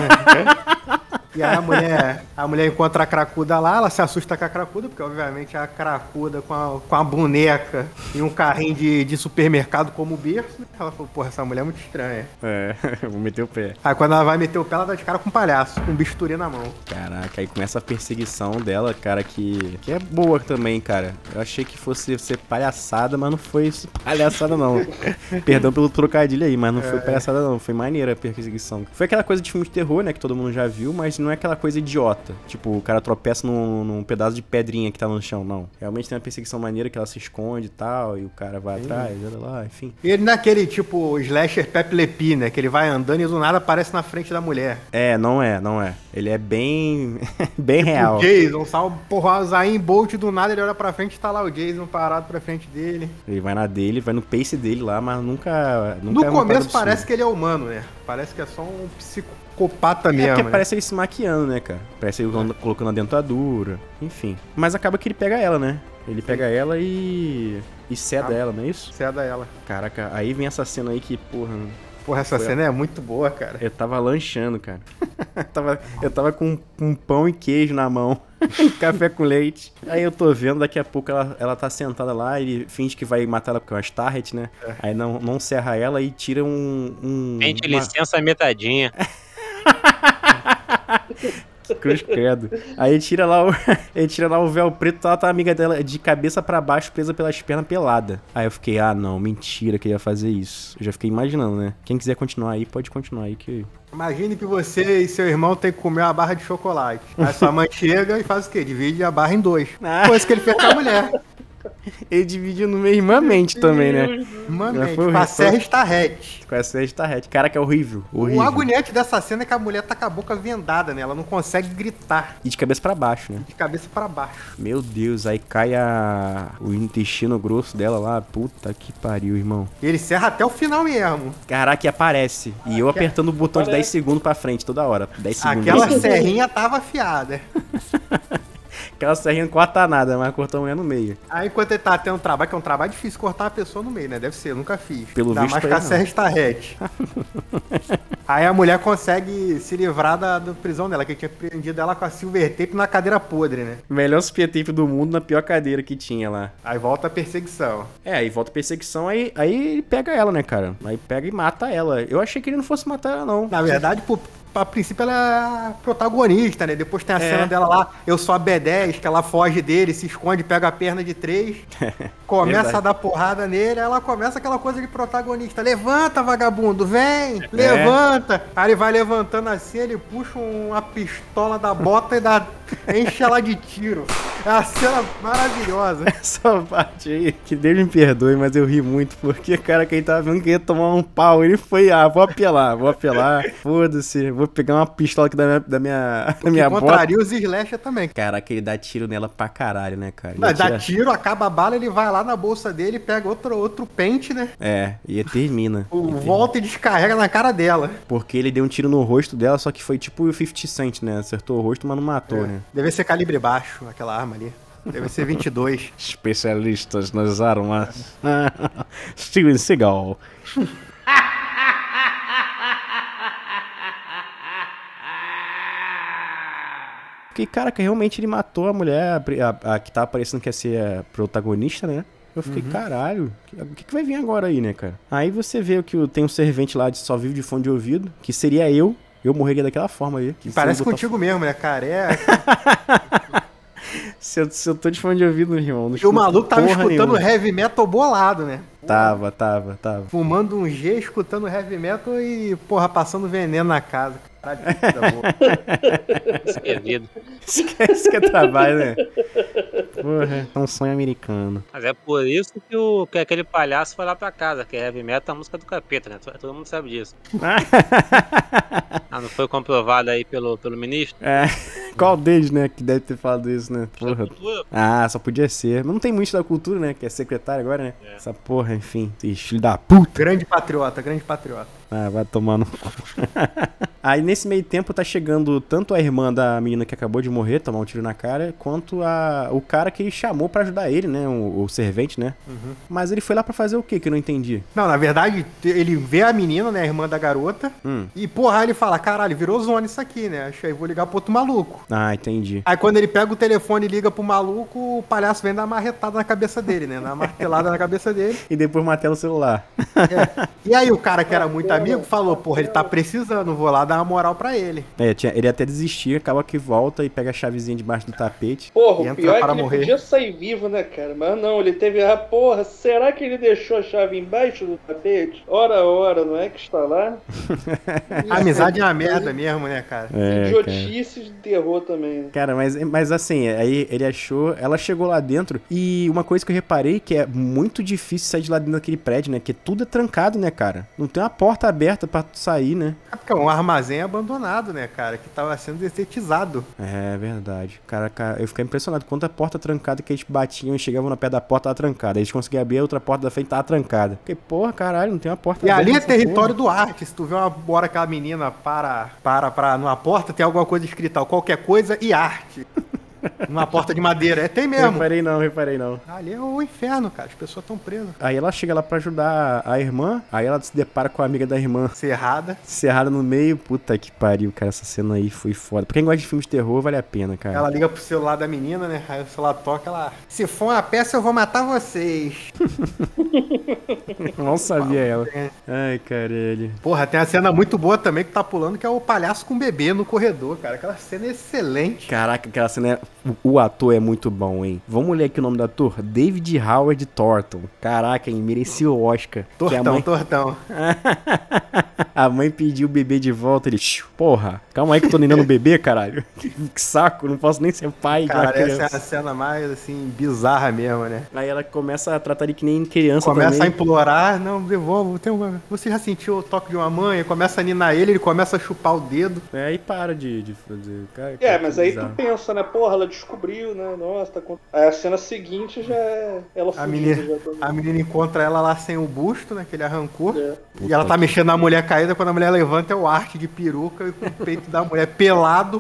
E aí a mulher encontra a cracuda lá, ela se assusta com a cracuda, porque obviamente a cracuda com a boneca e um carrinho de supermercado como berço, né? Ela falou, porra, essa mulher é muito estranha. É, eu vou meter o pé. Aí quando ela vai meter o pé, ela dá de cara com um palhaço, com um bisturi na mão. Caraca, aí começa a perseguição dela, cara, que é boa também, cara. Eu achei que fosse ser palhaçada, mas não foi palhaçada, não. Perdão pelo trocadilho aí, mas não foi palhaçada, não. Foi maneira a perseguição. Foi aquela coisa de filme de terror, né, que todo mundo já viu, mas não é aquela coisa idiota. Tipo, o cara tropeça num pedaço de pedrinha que tá no chão, não. Realmente tem uma perseguição maneira que ela se esconde e tal, e o cara vai atrás, olha lá, enfim. E ele naquele tipo slasher Pepe Le Pew, né? Que ele vai andando e do nada aparece na frente da mulher. É, não é. Ele é bem bem real. O Jason, porra, o Zayn Bolt do nada, ele olha pra frente e tá lá o Jason parado pra frente dele. Ele vai na dele, vai no pace dele lá, mas nunca No é uma começo parada parece absurda. que ele é humano, né? Parece que é só um psicopata É mesmo, porque né? parece ele se maquiando, né, cara? Parece ele colocando a dentadura, enfim. Mas acaba que ele pega ela, né? Ele pega ela e seda ela, não é isso? Ceda ela. Caraca, aí vem essa cena aí que, porra, Porra, essa cena é muito boa, cara. eu tava lanchando, cara. eu tava com um pão e queijo na mão. Café com leite. Aí eu tô vendo, daqui a pouco ela tá sentada lá, ele finge que vai matar ela com as Starret, né? Aí não serra ela e tira Gente, licença metadinha. Cruz credo. Aí ele tira lá o véu preto, tá a amiga dela de cabeça pra baixo, presa pelas pernas, pelada. Aí eu fiquei, não, mentira que ele ia fazer isso. Eu já fiquei imaginando, né? Quem quiser continuar aí, pode continuar aí que... Imagine que você e seu irmão tem que comer uma barra de chocolate. Aí sua mãe chega e faz o quê? Divide a barra em dois. Foi isso que ele fez com a mulher. Ele dividiu no meio irmãmente também, né? Mano, Já foi com a serra está rete. Com essa está reto. Caraca, é horrível. O agoniante dessa cena é que a mulher tá com a boca vendada, né? Ela não consegue gritar. E de cabeça pra baixo, né? De cabeça pra baixo. Meu Deus, aí cai o intestino grosso dela lá. Puta que pariu, irmão. E ele serra até o final mesmo. Caraca, e aparece. E eu apertando o botão de 10 segundos pra frente toda hora. 10 segundos. Aquela 10 segundos. serrinha tava afiada. Aquela serrinha não corta nada, mas cortou a mulher no meio. Aí enquanto ele tá tendo um trabalho, que é um trabalho difícil cortar uma pessoa no meio, né? Deve ser, eu nunca fiz. Pelo Ainda visto mais aí com a não. serra está rete. Aí a mulher consegue se livrar da prisão dela, que tinha prendido ela com a silver tape na cadeira podre, né? Melhor super tape do mundo na pior cadeira que tinha lá. Aí volta a perseguição. Aí volta a perseguição, aí ele pega ela, né, cara? Aí pega e mata ela. Eu achei que ele não fosse matar ela, não. Na verdade, a princípio ela é a protagonista, né? Depois tem a cena dela lá, eu sou a B10, que ela foge dele, se esconde, pega a perna de 3, começa Verdade. a dar porrada nele, aí ela começa aquela coisa de protagonista. Levanta, vagabundo, vem! Levanta! Aí ele vai levantando assim, ele puxa uma pistola da bota e enche ela de tiro. É uma cena maravilhosa. Essa parte aí, que Deus me perdoe, mas eu ri muito, porque, cara, quem tava vendo que ia tomar um pau, ele foi, vou apelar, foda-se, vou pegar uma pistola aqui da minha bota. Contraria os slasher também. Caraca, ele dá tiro nela pra caralho, né, cara? Ele Dá atira- tiro, acaba a bala, ele vai lá na bolsa dele, pega outro pente, né? E termina. Volta e descarrega na cara dela. Porque ele deu um tiro no rosto dela, só que foi tipo o 50 Cent, né? Acertou o rosto, mas não matou, né? Deve ser calibre baixo, aquela arma ali. Deve ser 22. Especialistas nas armas. Steven Seagal. fiquei, cara, que realmente ele matou a mulher, a que tava parecendo que ia ser a protagonista, né? Eu fiquei, caralho, o que vai vir agora aí, né, cara? Aí você vê que tem um servente lá de só vive de fone de ouvido, que seria eu morreria daquela forma aí. Parece contigo mesmo, né, cara? Se eu tô de fone de ouvido, meu irmão. E o maluco tava escutando nenhuma. heavy metal bolado, né? Tava. Fumando um G, escutando heavy metal e, porra, passando veneno na casa. Caralho, que coisa boa. Isso que é vida. Isso que é trabalho, né? Porra, é um sonho americano. Mas é por isso que aquele palhaço foi lá pra casa, que heavy metal é a música do capeta, né? Todo mundo sabe disso. Não foi comprovado aí pelo ministro? Qual deles, né, que deve ter falado isso, né? Porra. Cultura. Só podia ser. Mas não tem muito da cultura, né? Que é secretário agora, né? Essa porra, enfim. Filho da puta. Grande patriota. Vai tomar no cu. Aí nesse meio tempo tá chegando tanto a irmã da menina que acabou de morrer, tomar um tiro na cara, quanto o cara que ele chamou pra ajudar ele, né? O servente, né? Uhum. Mas ele foi lá pra fazer o quê que eu não entendi? Não, na verdade, ele vê a menina, né? A irmã da garota. E, porra, ele fala, caralho, virou zona isso aqui, né? Achei, vou ligar pro outro maluco. Entendi. Aí quando ele pega o telefone e liga pro maluco, o palhaço vem dar uma marretada na cabeça dele, né? Dar uma martelada na cabeça dele. E depois martela o celular. E aí o cara que era muito amigo falou, porra, ele tá precisando, vou lá dar uma moral pra ele. Ele até desistia, acaba que volta e pega a chavezinha debaixo do tapete. Porra, o pior é que ele podia sair vivo, né, cara? Mas não, ele teve porra, será que ele deixou a chave embaixo do tapete? Ora, não é que está lá? Amizade é uma merda mesmo, né, cara? Idiotice de terror também, né? Cara, mas assim, aí ele achou, ela chegou lá dentro e uma coisa que eu reparei que é muito difícil sair de lá dentro daquele prédio, né? Que tudo é trancado, né, cara? Não tem uma porta aberta pra tu sair, né? Porque é um armazém abandonado, né, cara? Que tava sendo detetizado. É verdade. Cara, eu fiquei impressionado. Quanta porta trancada que eles batiam e chegavam na pé da porta, tava trancada. Aí eles conseguiam abrir a outra porta da frente, tava trancada. Fiquei, porra, caralho, não tem uma porta aberta. E ali é território do arte. Se tu vê uma hora aquela menina para numa porta, tem alguma coisa escrita, qualquer coisa e arte. Numa porta de madeira. Tem mesmo. Reparei não. Ali é o inferno, cara. As pessoas estão presas. Aí ela chega lá pra ajudar a irmã. Aí ela se depara com a amiga da irmã. Cerrada no meio. Puta que pariu, cara. Essa cena aí foi foda. Pra quem gosta de filmes de terror, vale a pena, cara. Ela liga pro celular da menina, né? Aí o celular toca, ela... Se for uma peça, eu vou matar vocês. Mal sabia ela. Ai, caralho. Porra, tem uma cena muito boa também que tá pulando, que é o palhaço com o bebê no corredor, cara. Aquela cena é excelente. Caraca, aquela cena é... O ator é muito bom, hein? Vamos ler aqui o nome do ator? David Howard Thornton. Caraca, hein? Merecia o Oscar. Tortão. A mãe pediu o bebê de volta, ele... Porra, calma aí que eu tô nenando o bebê, caralho. Que saco, não posso nem ser pai. Cara, essa é a cena mais, assim, bizarra mesmo, né? Aí ela começa a tratar ele que nem criança começa também. A implorar, não, devolvo. Você já sentiu o toque de uma mãe? Começa a ninar ele começa a chupar o dedo. E para de fazer. Cara, mas aí tu pensa, né? Porra, ela descobriu, né? Nossa, tá... Aí a cena seguinte já é ela fugindo. A menina encontra ela lá sem o busto, né? Que ele arrancou. E ela tá mexendo na mulher caída, quando a mulher levanta é o arte de peruca e com o peito da mulher pelado.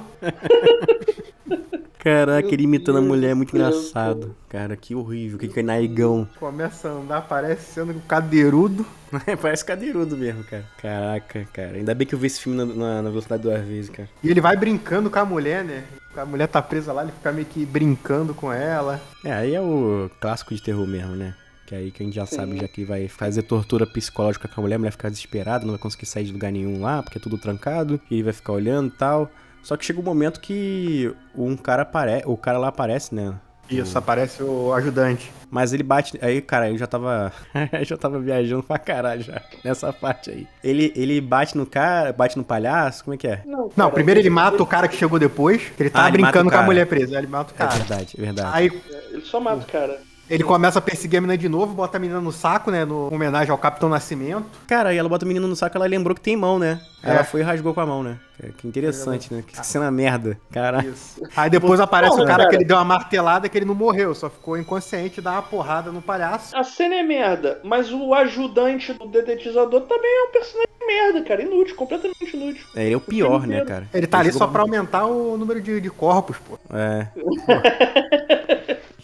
Caraca, ele imitando a mulher é muito engraçado. Cara, que horrível, que naigão. Começa a andar, parece sendo cadeirudo. Parece cadeirudo mesmo, cara. Caraca, cara. Ainda bem que eu vi esse filme na velocidade 2 vezes, cara. E ele vai brincando com a mulher, né? A mulher tá presa lá, ele fica meio que brincando com ela. Aí é o clássico de terror mesmo, né? Que aí que a gente já sabe, já que vai fazer tortura psicológica com a mulher fica desesperada, não vai conseguir sair de lugar nenhum lá, porque é tudo trancado, e ele vai ficar olhando e tal. Só que chega um momento que o cara lá aparece, né? Isso, aparece o ajudante. Mas ele bate... Aí, cara, eu já tava viajando pra caralho já, nessa parte aí. Ele bate no cara, bate no palhaço, como é que é? Não, primeiro ele mata o cara que chegou depois, que ele tava brincando com a mulher presa. Aí ele mata o cara. É verdade. Aí, ele só mata o cara. Ele começa a perseguir a menina de novo, bota a menina no saco, né? No homenagem ao Capitão Nascimento. Cara, aí ela bota a menina no saco, ela lembrou que tem mão, né? Ela foi e rasgou com a mão, né? Que interessante, né? Que cena merda. Caralho. Aí depois aparece o cara que ele deu uma martelada que ele não morreu, só ficou inconsciente e dá uma porrada no palhaço. A cena é merda, mas o ajudante do dedetizador também é um personagem merda, cara. Inútil, completamente inútil. Ele é o pior, né, cara? Ele tá ali só pra aumentar o número de corpos, pô.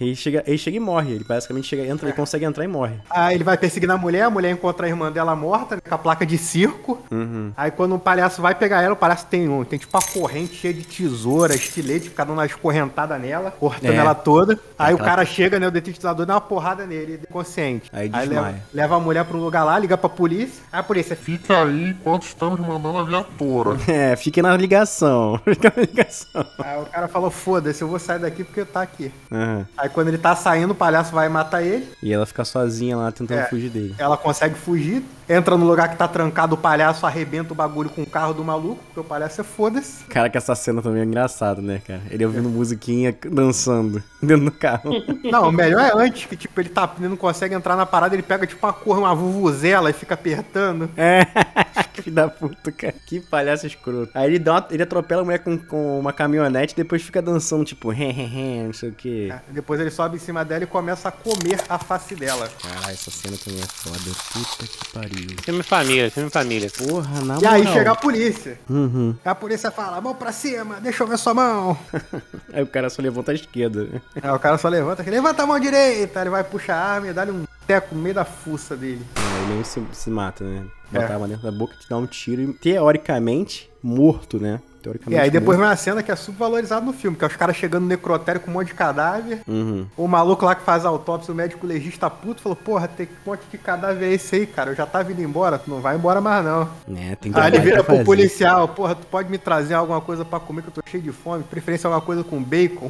Ele chega e morre. Ele basicamente chega, entra, ele consegue entrar e morre. Aí ele vai perseguindo a mulher encontra a irmã dela morta, né, com a placa de circo. Aí quando o palhaço vai pegar ela, o palhaço tem tipo uma corrente cheia de tesoura, estilete, fica dando uma escorrentada nela, cortando ela toda. Aí o cara chega, né, o detetizador dá uma porrada nele, ele é inconsciente. Aí desmaia. Leva a mulher pro lugar lá, liga pra polícia. Aí a polícia Fica aí enquanto estamos mandando a viatura. Fica na ligação. Fica na ligação. Aí o cara falou, foda-se, eu vou sair daqui porque tá aqui. Uhum. Aí quando ele tá saindo, o palhaço vai matar ele. E ela fica sozinha lá tentando fugir dele. Ela consegue fugir, entra no lugar que tá trancado, o palhaço arrebenta o bagulho com o carro do maluco, porque o palhaço é foda-se. Cara, que essa cena também é engraçada, né, cara? Ele ouvindo musiquinha, dançando dentro do carro. Não, o melhor é antes, que tipo, ele não consegue entrar na parada, ele pega tipo uma vuvuzela e fica apertando. Filho da puta, cara. Que palhaço escroto. Aí ele atropela a mulher com uma caminhonete e depois fica dançando, tipo, não sei o quê. Depois ele sobe em cima dela e começa a comer a face dela. Caralho, essa cena também é foda. Puta que pariu. Filme família. Porra, na moral. E aí chega a polícia. Uhum. A polícia fala, mão pra cima, deixa eu ver sua mão. Aí o cara só levanta a esquerda. Aí o cara só levanta a mão direita. Ele vai puxar a arma e dá-lhe um teco no meio da fuça dele. Ele nem se mata, né? Botar a arma dentro da boca e te dá um tiro e, teoricamente, morto, né? E aí depois vem uma cena que é subvalorizada no filme, que é os caras chegando no necrotério com um monte de cadáver. O maluco lá que faz a autópsia, o médico legista puto, falou, porra, tem um monte de cadáver é esse aí, cara? Eu já tava indo embora, tu não vai embora mais não. Tem que aí ele vira pro policial, porra, tu pode me trazer alguma coisa pra comer que eu tô cheio de fome, preferência alguma coisa com bacon.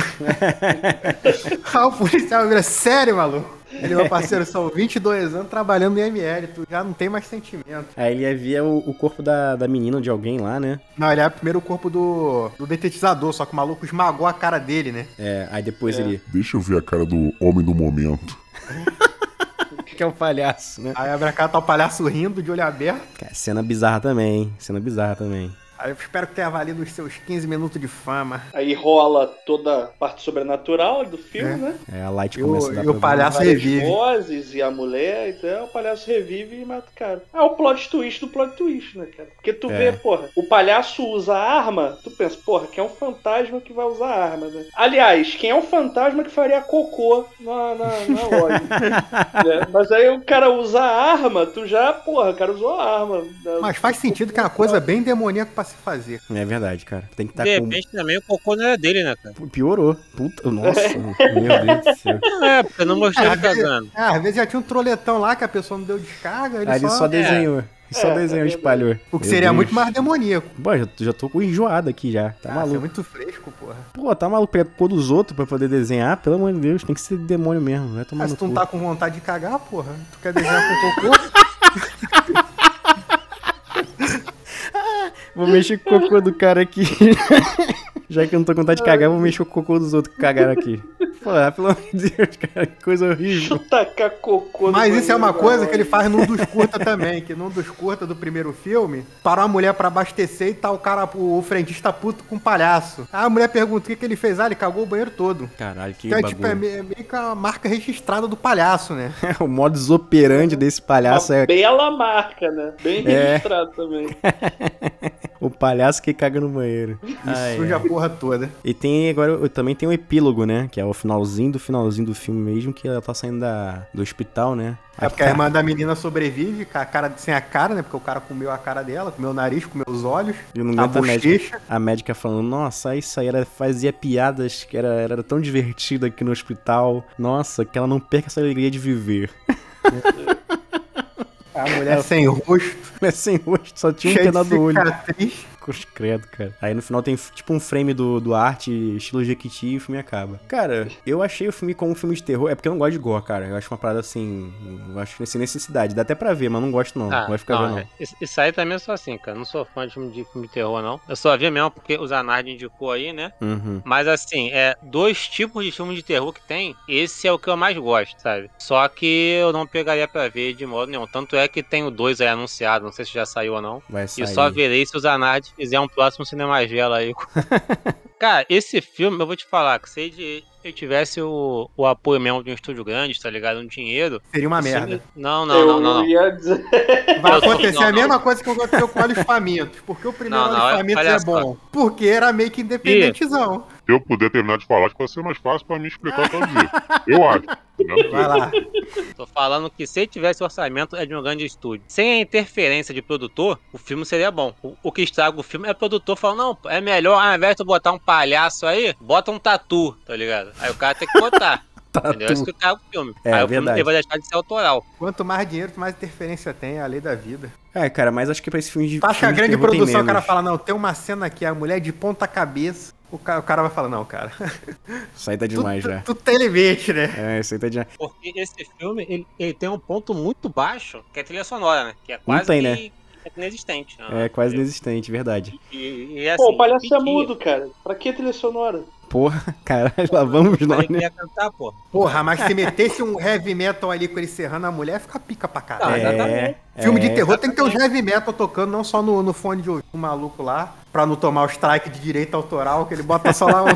Aí o policial vira, sério, maluco? Ele, meu parceiro, são 22 anos trabalhando no IML, tu já não tem mais sentimento. Aí ele via o corpo da menina, de alguém lá, né? Não, ele é primeiro o corpo do detetizador, só que o maluco esmagou a cara dele, né? Aí depois ele... Deixa eu ver a cara do homem do momento. Que é um palhaço, né? Aí abre a cara, tá o palhaço rindo, de olho aberto. Cara, cena bizarra também, Aí eu espero que tenha valido os seus 15 minutos de fama. Aí rola toda a parte sobrenatural do filme, né? A Light começa a dar E o palhaço revive. Vozes e a mulher, então o palhaço revive e mata o cara. É o plot twist do plot twist, né, cara? Porque tu vê, porra, o palhaço usa arma, tu pensa, porra, quem é um fantasma que vai usar arma, né? Aliás, quem é um fantasma que faria cocô na loja? Mas aí o cara usa a arma, tu já, porra, o cara usou a arma. Mas faz sentido que é uma coisa bem demoníaca pra se fazer. É verdade, cara. Tem que estar de repente também o cocô não era dele, né, cara? Piorou. Puta, nossa. Meu Deus do céu. Porque não mostrou ele cagando. Às vezes já tinha um troletão lá que a pessoa não deu descarga. Ele só desenhou. Só desenhou e espalhou. O que seria muito mais demoníaco. Pô, já tô enjoado aqui já. Tá maluco. É muito fresco, porra. Pô, tá maluco pegar cor dos outros pra poder desenhar? Pelo amor de Deus, tem que ser demônio mesmo. Vai tomar Mas no se tu não cu. tá com vontade de cagar, porra, tu quer desenhar com cocô? Vou mexer com o cocô do cara aqui. Já que eu não tô com vontade de cagar, vou mexer com o cocô dos outros que cagaram aqui. Pô, pelo amor de Deus, cara, que coisa horrível. Tacar cocô. Mas isso é uma coisa que ele faz num dos curta também, que num dos curta do primeiro filme, parou uma mulher pra abastecer e tá o frentista puto com um palhaço. Aí a mulher pergunta o que ele fez, ele cagou o banheiro todo. Caralho, que Então, bagulho. tipo, é meio que a marca registrada do palhaço, né? O modus operandi desse palhaço Uma bela marca, né? Bem registrado também. o palhaço que caga no banheiro. E suja a porra toda. E tem agora, também tem o epílogo, né? Que é o finalzinho do filme mesmo, que ela tá saindo do hospital, né? É porque a irmã da menina sobrevive com a cara, sem a cara, né? Porque o cara comeu a cara dela, comeu o nariz, comeu os olhos, Eu não a aguento bochecha. a médica falando, nossa, isso aí fazia piadas que era tão divertido aqui no hospital. Nossa, que ela não perca essa alegria de viver. A mulher sem rosto, É sem rosto, só tinha um cheia de pedaço do olho. cicatriz. Cruz credo, cara. Aí no final tem tipo um frame do arte, estilo Jequiti, e o filme acaba. Cara, eu achei o filme como um filme de terror. É porque eu não gosto de gore, cara. Eu acho uma parada assim. Eu acho sem necessidade. Dá até pra ver, mas não gosto não. Não vai ficar vendo, não. Isso aí também eu sou assim, cara. Não sou fã de filme de terror, não. Eu só vi mesmo porque o Zanardi indicou aí, né? Uhum. Mas assim, dois tipos de filme de terror que tem. Esse é o que eu mais gosto, sabe? Só que eu não pegaria pra ver de modo nenhum. Tanto é que tem o 2 aí anunciado. Não sei se já saiu ou não. Vai sair. E só verei se o Zanardi fizer um próximo Cinemagela aí. Cara, esse filme, eu vou te falar, que se eu tivesse o apoio mesmo de um estúdio grande, tá ligado? Um dinheiro... Seria uma merda. Não. Eu ia dizer... Vai acontecer a mesma coisa que aconteceu com Olhos Famintos. Por que o primeiro Olhos Famintos é bom? Porque era meio que independentezão. Se eu puder terminar de falar, acho que vai ser mais fácil pra mim explicar o que eu dizer. Eu acho. Né? Vai lá. Tô falando que se tivesse orçamento é de um grande estúdio. Sem a interferência de produtor, o filme seria bom. O que estraga o filme é o produtor falando, não, é melhor, ao invés de tu botar um palhaço aí, bota um tatu, tá ligado? Aí o cara tem que botar. Entendeu? Isso que estraga o filme. Aí o filme ele vai deixar de ser autoral. Quanto mais dinheiro, mais interferência tem, é a lei da vida. Cara, mas acho que pra esse filme de. Tu acha que a filme de grande terror tem produção, o cara menos. fala, não, tem uma cena aqui, a mulher de ponta cabeça. O cara vai falar, não, cara. Isso aí tá demais já. Tu tem limite, né? Isso aí tá demais. Porque esse filme, ele tem um ponto muito baixo, que é a trilha sonora, né? Que é Não quase tem, que né? inexistente. É quase inexistente, verdade. E assim, Pô, o palhaço é pedia. mudo, cara. Pra que trilha sonora? Porra, caralho, lá vamos nós, Ele né? queria cantar, pô. Porra, mas se metesse um heavy metal ali com ele serrando a mulher, fica pica pra caralho. exatamente. Filme de terror tem que ter uns heavy metal tocando, não só no fone de ouvido do maluco lá, pra não tomar o strike de direito autoral, que ele bota só lá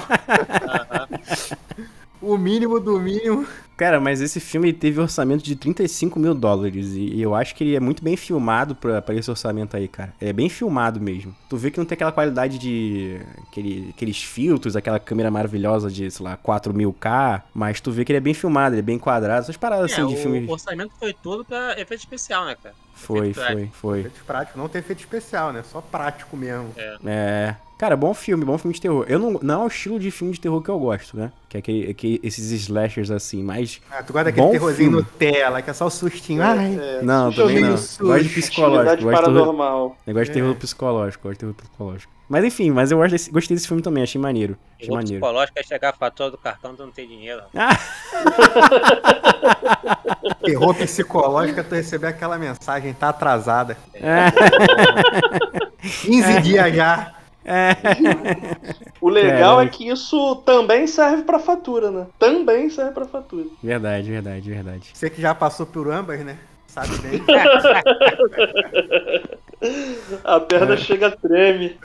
o mínimo do mínimo. Cara, mas esse filme teve orçamento de $35 mil. E eu acho que ele é muito bem filmado pra esse orçamento aí, cara. É bem filmado mesmo. Tu vê que não tem aquela qualidade de... Aqueles filtros, aquela câmera maravilhosa de, sei lá, 4000K. Mas tu vê que ele é bem filmado, ele é bem quadrado. Essas paradas assim de filme... O orçamento foi todo pra efeito especial, né, cara? Foi. Efeitos práticos, não tem efeito especial, né? Só prático mesmo. Cara, bom filme de terror. Eu não é o estilo de filme de terror que eu gosto, né? Que é esses slashers assim, mas... Tu gosta daquele bom terrorzinho filme. Nutella, que é só o sustinho. Ai, Não, também não. susto. Gosto de psicológico. Atividade paranormal. Negócio de terror psicológico, Mas enfim, eu gostei desse filme também, achei maneiro. O psicológico é chegar a fatura do cartão, tu não tem dinheiro. terror psicológico é tu receber aquela mensagem, tá atrasada. 15 dias já. O legal é que isso também serve pra fatura, né? Também serve pra fatura. Verdade. Você que já passou por ambas, né? Sabe bem. A perna chega treme.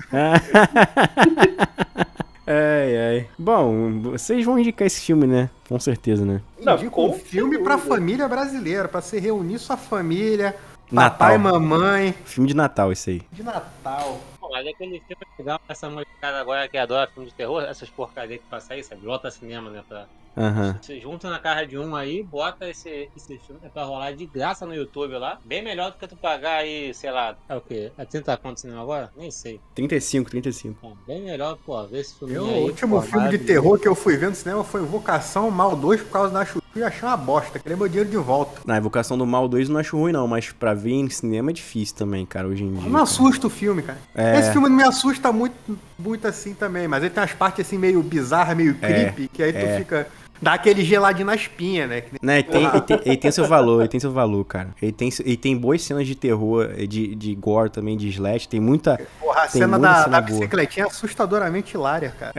Ai. Bom, vocês vão indicar esse filme, né? Com certeza, né? Indico um filme pra família brasileira, pra se reunir sua família, Natal. papai, mamãe. Filme de Natal, esse aí. De Natal. Mas aquele filme é legal, essa molecada agora que adora filme de terror, essas porcarias que passa aí, sabe? Lota cinema, né? Você junta na cara de um aí, bota esse filme pra rolar de graça no YouTube lá. Bem melhor do que tu pagar aí, sei lá, é o quê? É 30 conto de cinema agora? Nem sei. 35. Bem melhor, pô, ver esse filme aí. O último filme de terror que eu fui ver no cinema foi Invocação Mal 2 por causa da chuva. E achei uma bosta, queria meu dinheiro de volta. Na Invocação do Mal 2 eu não acho ruim, não, mas pra ver em cinema é difícil também, cara, hoje em dia. Não assusta o filme, cara. Esse filme não me assusta muito assim também, mas ele tem umas partes assim meio bizarras, meio creepy, que aí tu fica... Dá aquele geladinho na espinha, né? Né, ele tem seu valor, cara. Ele tem boas cenas de terror, de gore também, de slash, tem muita... Porra, a tem cena muita da boa. bicicletinha é assustadoramente hilária, cara.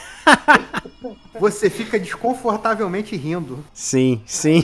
Você fica desconfortavelmente rindo. Sim.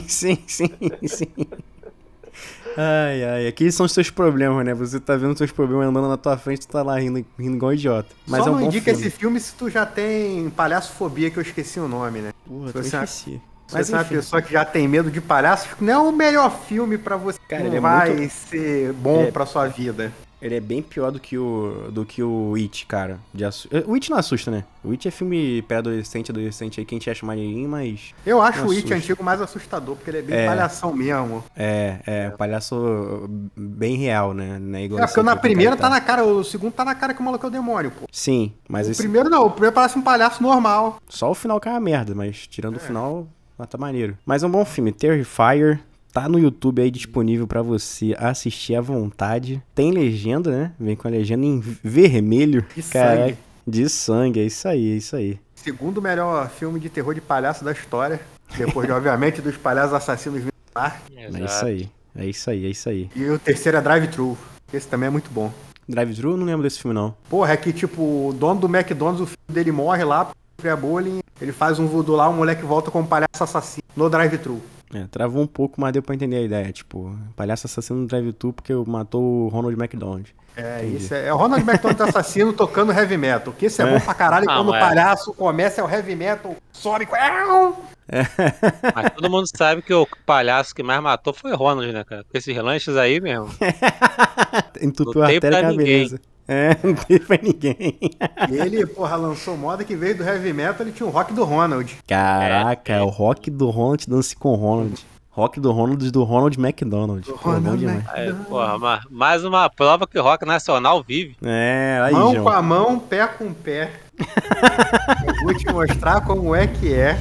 Ai, aqui são os seus problemas, né? Você tá vendo os seus problemas andando na tua frente, tu tá lá rindo igual idiota. Mas Só é um não bom indica filme. esse filme se tu já tem palhaçofobia, que eu esqueci o nome, né? Porra, Se eu você- esqueci. Mas você é uma pessoa que já tem medo de palhaços, não é o melhor filme pra você. Cara, Não ele é vai muito- ser bom pra sua vida. Ele é bem pior do que o It, cara. O It não assusta, né? O It é filme pré-adolescente, adolescente aí que a gente acha maneirinho, mas... Eu acho Não o It assusta. antigo mais assustador, porque ele é bem palhação mesmo. Palhaço bem real, né? Não é igual Porque esse na aqui, primeira cara, tá na cara, o segundo tá na cara que o maluco é o demônio, pô. Sim, mas O esse... primeiro não, o primeiro parece um palhaço normal. Só o final que é uma merda, mas tirando o final, tá maneiro. Mas é um bom filme, Terrifier. Tá no YouTube aí disponível pra você assistir à vontade. Tem legenda, né? Vem com a legenda em vermelho. De Caraca, sangue. de sangue, é isso aí. Segundo melhor filme de terror de palhaço da história. Depois, de, obviamente, dos palhaços assassinos vindo do mar. É isso aí. E o terceiro é Drive-Thru. Esse também é muito bom. Drive-Thru? Eu não lembro desse filme, não. Porra, é que tipo, o dono do McDonald's, o filho dele morre lá, é bullying, ele faz um voodoo lá, o moleque volta como palhaço assassino no Drive-Thru. Travou um pouco, mas deu pra entender a ideia. Tipo, palhaço assassino no Drive-Thru porque matou o Ronald McDonald. Entendi. Isso é o Ronald McDonald assassino tocando heavy metal. Que isso é bom pra caralho, quando o palhaço começa é o heavy metal, sobe com... Mas todo mundo sabe que o palhaço que mais matou foi o Ronald, né, cara? Com esses relanches aí mesmo. Entupiu a Lutei artéria pra com a ninguém. beleza. Não teve pra ninguém. E ele, porra, lançou moda que veio do heavy metal, ele tinha o rock do Ronald. Caraca, é o rock do Ronald dance com Ronald. Rock do Ronald McDonald. Pô, bom demais. Porra, mais uma prova que o rock nacional vive. Aí, mão João. com a mão, pé com pé. Eu vou te mostrar como é que é.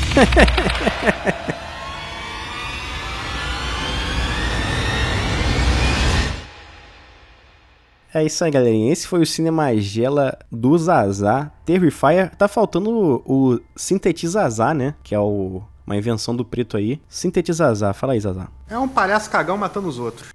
É isso aí, galerinha. Esse foi o Cinemagela do Zazá. Terrifier. Tá faltando o Sintetizazá, né? Que é uma invenção do preto aí. Sintetizazá. Fala aí, Zazá. É um palhaço cagão matando os outros.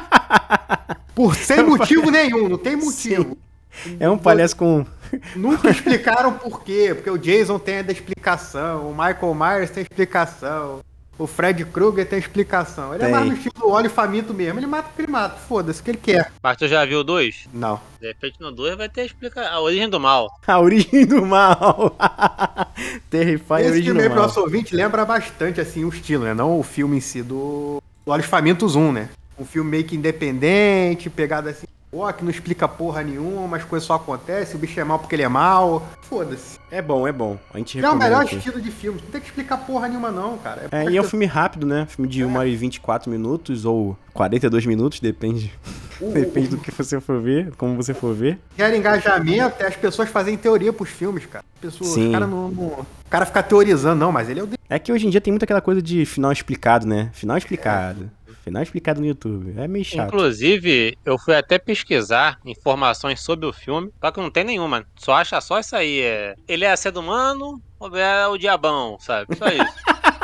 Sem motivo nenhum, não tem motivo. Sim. É um palhaço com... Nunca explicaram por quê. Porque o Jason tem a da explicação, o Michael Myers tem explicação, o Fred Krueger tem explicação. Ele é mais no estilo do óleo faminto mesmo. Ele mata porque ele mata. Foda-se, o que ele quer. Mas tu já viu o 2? Não. De repente no 2 vai ter a origem do mal. A origem do mal. Terrifier, Esse origem filme do aí pro mal. nosso ouvinte lembra bastante assim o estilo, né? Não o filme em si do Olhos Famintos 1, né? Um filme meio que independente, pegado assim, que não explica porra nenhuma, mas coisa só acontece, o bicho é mal porque ele é mal. Foda-se. É bom. A gente É o recomenda melhor aqui. estilo de filme. Não tem que explicar porra nenhuma, não, cara. E é um filme rápido, né? Filme de 1 hora e 24 minutos ou 42 minutos, depende. Depende do que você for ver, como você for ver. Quer engajamento é as pessoas fazerem teoria pros filmes, cara. Sim. Os caras não. O cara fica teorizando, não, mas ele é o. É que hoje em dia tem muita aquela coisa de final explicado, né? Final explicado. Final explicado no YouTube. É meio chato. Inclusive, eu fui até pesquisar informações sobre o filme, só que não tem nenhuma. Só acha só isso aí. Ele é ser humano ou é o diabão, sabe? Só isso.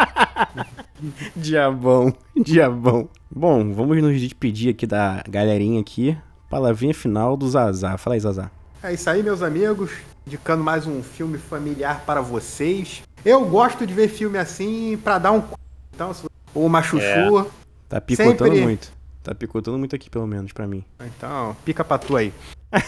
Diabão. Bom, vamos nos despedir aqui da galerinha aqui. Palavrinha final do Zazá. Fala aí, Zazá. É isso aí, meus amigos. Indicando mais um filme familiar para vocês. Eu gosto de ver filme assim pra dar um c... Então, ou uma chuchu. Tá picotando Sempre. muito. Tá picotando muito aqui, pelo menos, pra mim. Então, pica pra tu aí.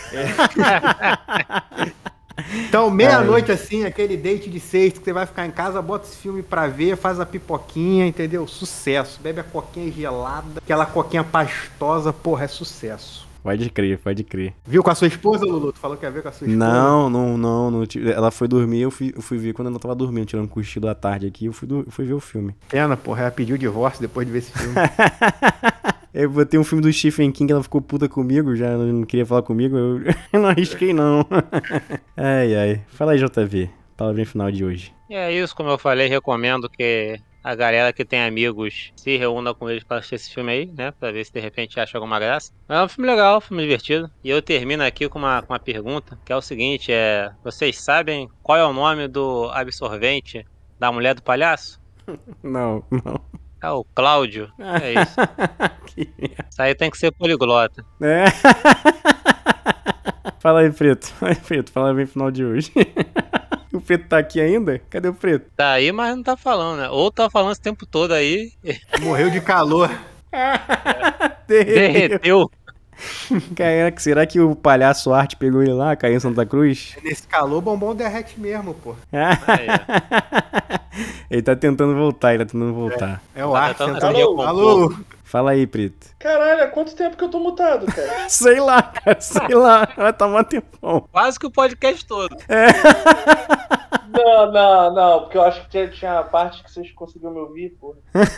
Então, meia-noite assim, aquele date de sexta que você vai ficar em casa, bota esse filme pra ver, faz a pipoquinha, entendeu? Sucesso. Bebe a coquinha gelada, aquela coquinha pastosa, porra, é sucesso. Pode crer. Viu com a sua esposa, Lulu? Tu falou que ia ver com a sua esposa? Não. Ela foi dormir, eu fui ver quando ela tava dormindo, tirando um cochilo à tarde aqui, eu fui ver o filme. Pena, porra, ela pediu o divórcio depois de ver esse filme. Eu botei um filme do Stephen King, ela ficou puta comigo, já não queria falar comigo, eu não arrisquei não. Ai. Fala aí, JV, palavrinha final de hoje. E é isso, como eu falei, recomendo que a galera que tem amigos se reúna com eles para assistir esse filme aí, né? Pra ver se de repente acha alguma graça. É um filme legal, um filme divertido. E eu termino aqui com uma pergunta, que é o seguinte, vocês sabem qual é o nome do absorvente da mulher do palhaço? Não. É o Cláudio. É isso. Que merda. Isso aí tem que ser poliglota. Fala aí, Preto, palavrinha final de hoje. O Preto tá aqui ainda? Cadê o Preto? Tá aí, mas não tá falando, né? Ou tá falando esse tempo todo aí, Morreu de calor. derreteu. Caraca, será que o palhaço Arte pegou ele lá, caiu em Santa Cruz? Nesse calor, bombom derrete mesmo, pô. Aí, Ele tá tentando voltar, É o Tá ar tentando sentando. recompor. Alô? Fala aí, Preto. Caralho, há quanto tempo que eu tô mutado, cara? Sei lá, cara, vai tomar tempão. quase que o podcast todo. Não, porque eu acho que tinha a parte que vocês conseguiram me ouvir, porra.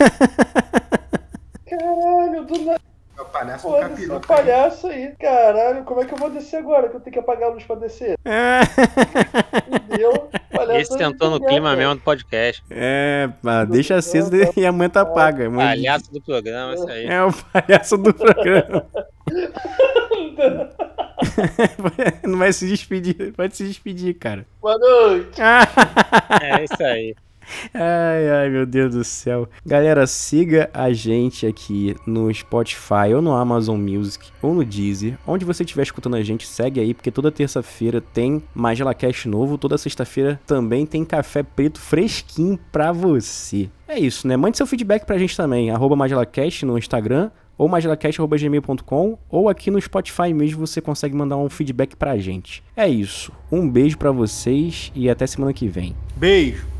Caralho, do nada. É o palhaço com Foda-se, capiroto. um palhaço aí. Caralho, como é que eu vou descer agora? Que eu tenho que apagar a luz pra descer? Entendeu? Palhaço Esse sentou no clima mesmo do podcast. Deixa aceso e a mãe tá apaga. Palhaço do programa, isso aí. É o palhaço do programa. Não vai se despedir, pode se despedir, cara. Boa noite. É isso aí. Ai, meu Deus do céu. Galera, siga a gente aqui no Spotify ou no Amazon Music ou no Deezer. Onde você estiver escutando a gente, segue aí, porque toda terça-feira tem MagelaCast novo. Toda sexta-feira também tem café preto fresquinho pra você. É isso, né? Mande seu feedback pra gente também. @MagelaCast no Instagram ou magelacast@gmail.com, ou aqui no Spotify mesmo você consegue mandar um feedback pra gente. É isso. Um beijo pra vocês e até semana que vem. Beijo.